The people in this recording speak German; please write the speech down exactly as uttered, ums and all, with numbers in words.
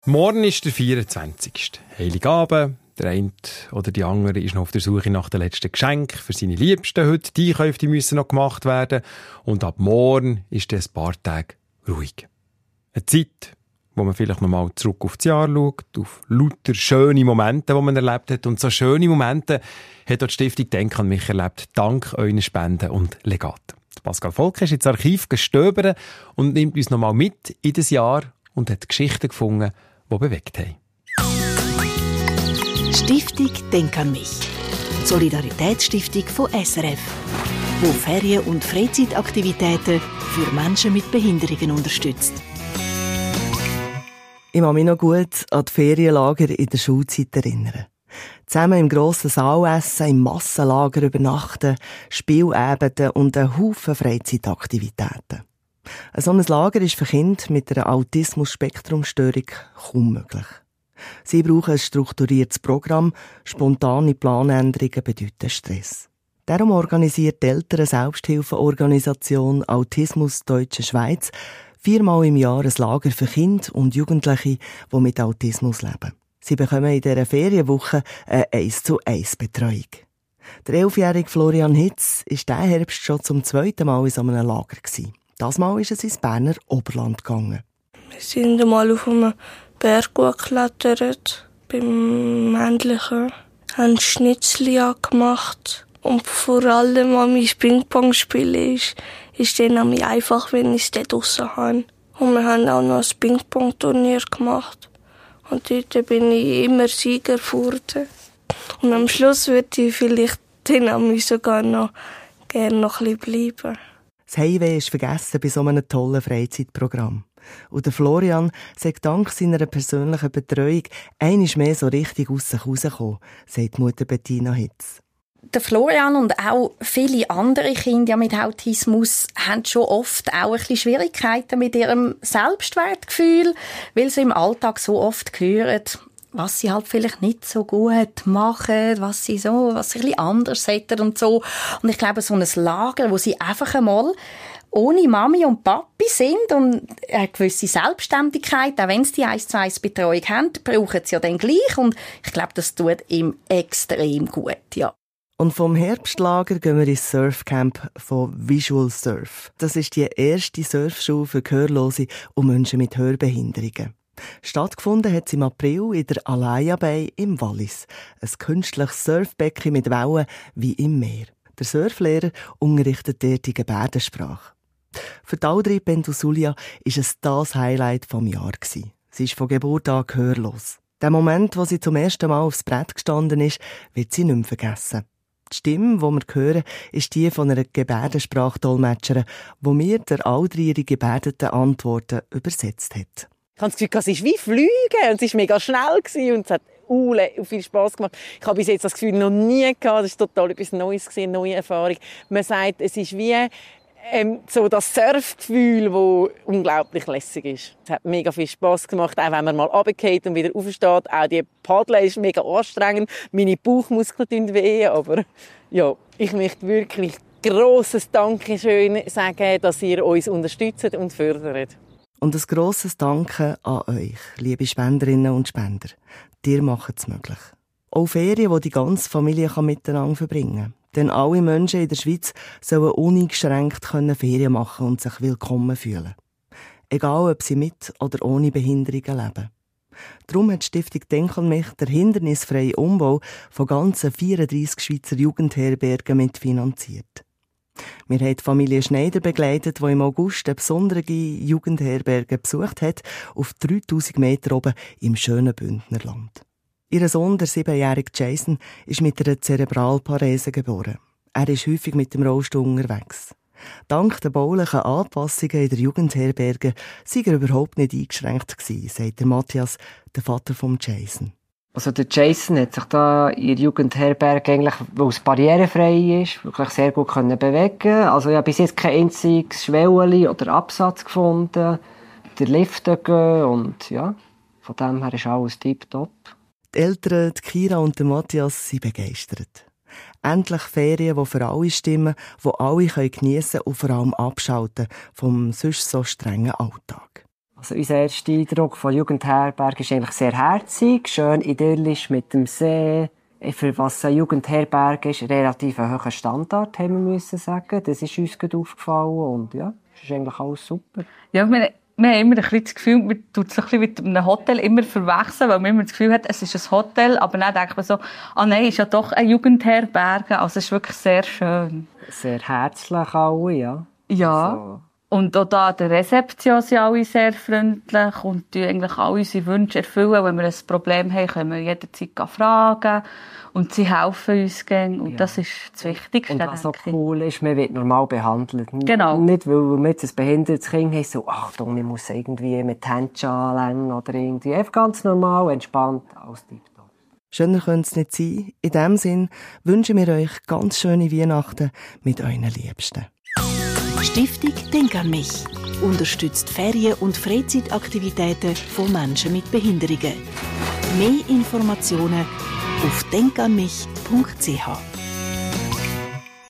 Morgen ist der vierundzwanzigste Heiligabend. Der eine oder die andere ist noch auf der Suche nach den letzten Geschenken für seine Liebsten. Heute die Einkäufe müssen noch gemacht werden. Und ab morgen ist es ein paar Tage ruhig. Eine Zeit, wo man vielleicht noch mal zurück auf das Jahr schaut, auf lauter schöne Momente, die man erlebt hat. Und so schöne Momente hat auch die Stiftung «Denk an mich» erlebt, dank euren Spenden und Legaten. Pascal Volk ist ins Archiv gestöbert und nimmt uns noch mal mit in das Jahr und hat Geschichten gefunden, die bewegt haben. Stiftung «Denk an mich». Solidaritätsstiftung von S R F, wo Ferien- und Freizeitaktivitäten für Menschen mit Behinderungen unterstützt. Ich kann mich noch gut an die Ferienlager in der Schulzeit erinnern. Zusammen im grossen Saal essen, im Massenlager übernachten, Spielabende und einen Haufen Freizeitaktivitäten. Ein solches Lager ist für Kinder mit einer Autismus-Spektrum-Störung kaum möglich. Sie brauchen ein strukturiertes Programm, spontane Planänderungen bedeuten Stress. Darum organisiert die Eltern-Selbsthilfeorganisation Autismus Deutsche Schweiz viermal im Jahr ein Lager für Kinder und Jugendliche, die mit Autismus leben. Sie bekommen in dieser Ferienwoche eine eins zu eins Betreuung. Der elfjährige Florian Hitz war diesen Herbst schon zum zweiten Mal in so einem Lager. Das Mal ist es ins Berner Oberland gegangen. Wir sind einmal auf einem Berg geklettert, beim Männlichen, haben Schnitzli gemacht. Und vor allem an mein Ping-Pong-Spiel ist, ist dann an mich einfach, wenn ich es dort draussen habe. Und wir haben auch noch ein Ping-Pong-Turnier gemacht. Und dort bin ich immer Sieger geworden. Und am Schluss würde ich vielleicht dann an mich sogar noch gerne noch ein bisschen bleiben. Das Heimweh ist vergessen bei so einem tollen Freizeitprogramm. Und der Florian sagt dank seiner persönlichen Betreuung einmal mehr so richtig aus sich rausgekommen, sagt Mutter Bettina Hitz. Der Florian und auch viele andere Kinder mit Autismus haben schon oft auch ein bisschen Schwierigkeiten mit ihrem Selbstwertgefühl, weil sie im Alltag so oft hören, was sie halt vielleicht nicht so gut machen, was sie so, was sie ein bisschen anders hätten und so. Und ich glaube, so ein Lager, wo sie einfach einmal ohne Mami und Papi sind und eine gewisse Selbstständigkeit, auch wenn sie die eins zu eins Betreuung haben, brauchen sie ja dann gleich. Und ich glaube, das tut ihm extrem gut, ja. Und vom Herbstlager gehen wir ins Surfcamp von Visual Surf. Das ist die erste Surfschule für Gehörlose und Menschen mit Hörbehinderungen. Stattgefunden hat es im April in der Alaya Bay im Wallis. Ein künstliches Surfbecken mit Wellen wie im Meer. Der Surflehrer unterrichtet dort die Gebärdensprache. Für Audrey Pendusulia war es das Highlight des Jahres. Sie ist von Geburt an gehörlos. Der Moment, wo sie zum ersten Mal aufs Brett gestanden ist, wird sie nicht mehr vergessen. Die Stimme, die wir hören, ist die von einer Gebärdensprachdolmetscherin, die mir der Audrey ihre gebärdeten Antworten übersetzt hat. Ich habe das Gefühl, es ist wie Fliegen und es war mega schnell und es hat uh, viel Spass gemacht. Ich habe bis jetzt das Gefühl noch nie gehabt, das war total etwas Neues, eine neue Erfahrung. Man sagt, es ist wie ähm, so das Surfgefühl, das unglaublich lässig ist. Es hat mega viel Spass gemacht, auch wenn man mal runterfällt und wieder aufsteht. Auch die Paddeln ist mega anstrengend, meine Bauchmuskeln tun weh, aber ja, ich möchte wirklich grosses Dankeschön sagen, dass ihr uns unterstützt und fördert. Und ein grosses Danke an euch, liebe Spenderinnen und Spender. Ihr macht es möglich. Auch Ferien, die die ganze Familie miteinander verbringen kann. Denn alle Menschen in der Schweiz sollen uneingeschränkt Ferien machen und sich willkommen fühlen. Egal, ob sie mit oder ohne Behinderungen leben. Darum hat die Stiftung «Denk an mich» den hindernisfreien Umbau von ganzen vierunddreissig Schweizer Jugendherbergen mitfinanziert. Wir haben die Familie Schneider begleitet, die im August eine besondere Jugendherberge besucht hat, auf dreitausend Meter oben im schönen Bündnerland. Ihr Sohn, der siebenjährige Jason, ist mit einer Zerebralparese geboren. Er ist häufig mit dem Rollstuhl unterwegs. Dank der baulichen Anpassungen in der Jugendherberge sei er überhaupt nicht eingeschränkt gewesen, sagt der Matthias, der Vater von Jason. Also der Jason hat sich da in der Jugendherberge eigentlich, weil es barrierefrei ist, wirklich sehr gut können bewegen. Also ich habe bis jetzt kein einziges Schwellchen oder Absatz gefunden. Der Lift gehen und ja, von dem her ist alles tipptopp. Die Eltern, die Kira und der Matthias, sind begeistert. Endlich Ferien, die für alle stimmen, die alle geniessen können und vor allem abschalten vom sonst so strengen Alltag. Also unser erster Eindruck von Jugendherberge ist eigentlich sehr herzig, schön idyllisch mit dem See. Für was eine Jugendherberge ist, relativ ein hoher Standard, haben wir müssen sagen. Das ist uns gut aufgefallen und ja, das ist eigentlich alles super. Ja, wir, wir haben immer ein bisschen das Gefühl, man tut es ein bisschen mit einem Hotel immer verwechseln, weil man immer das Gefühl hat, es ist ein Hotel, aber dann denkt man so, ah nein, ist ja doch eine Jugendherberge, also es ist wirklich sehr schön. Sehr herzlich alle, ja. Ja. Also, und auch da an der Rezeption sind alle sehr freundlich und die eigentlich alle unsere Wünsche erfüllen. Wenn wir ein Problem haben, können wir jederzeit fragen. Und sie helfen uns gerne. Und ja. Das ist das Wichtigste. Und was so cool ist, man wird normal behandelt. Genau. Nicht, weil wir jetzt ein behindertes Kind haben, so, Achtung, man muss irgendwie mit Händchen anlängen oder irgendwie. Einfach ganz normal, entspannt, alles tiptop. Schöner könnte es nicht sein. In diesem Sinn wünschen wir euch ganz schöne Weihnachten mit euren Liebsten. Stiftung Denk an mich unterstützt Ferien- und Freizeitaktivitäten von Menschen mit Behinderungen. Mehr Informationen auf denk an mich punkt c h.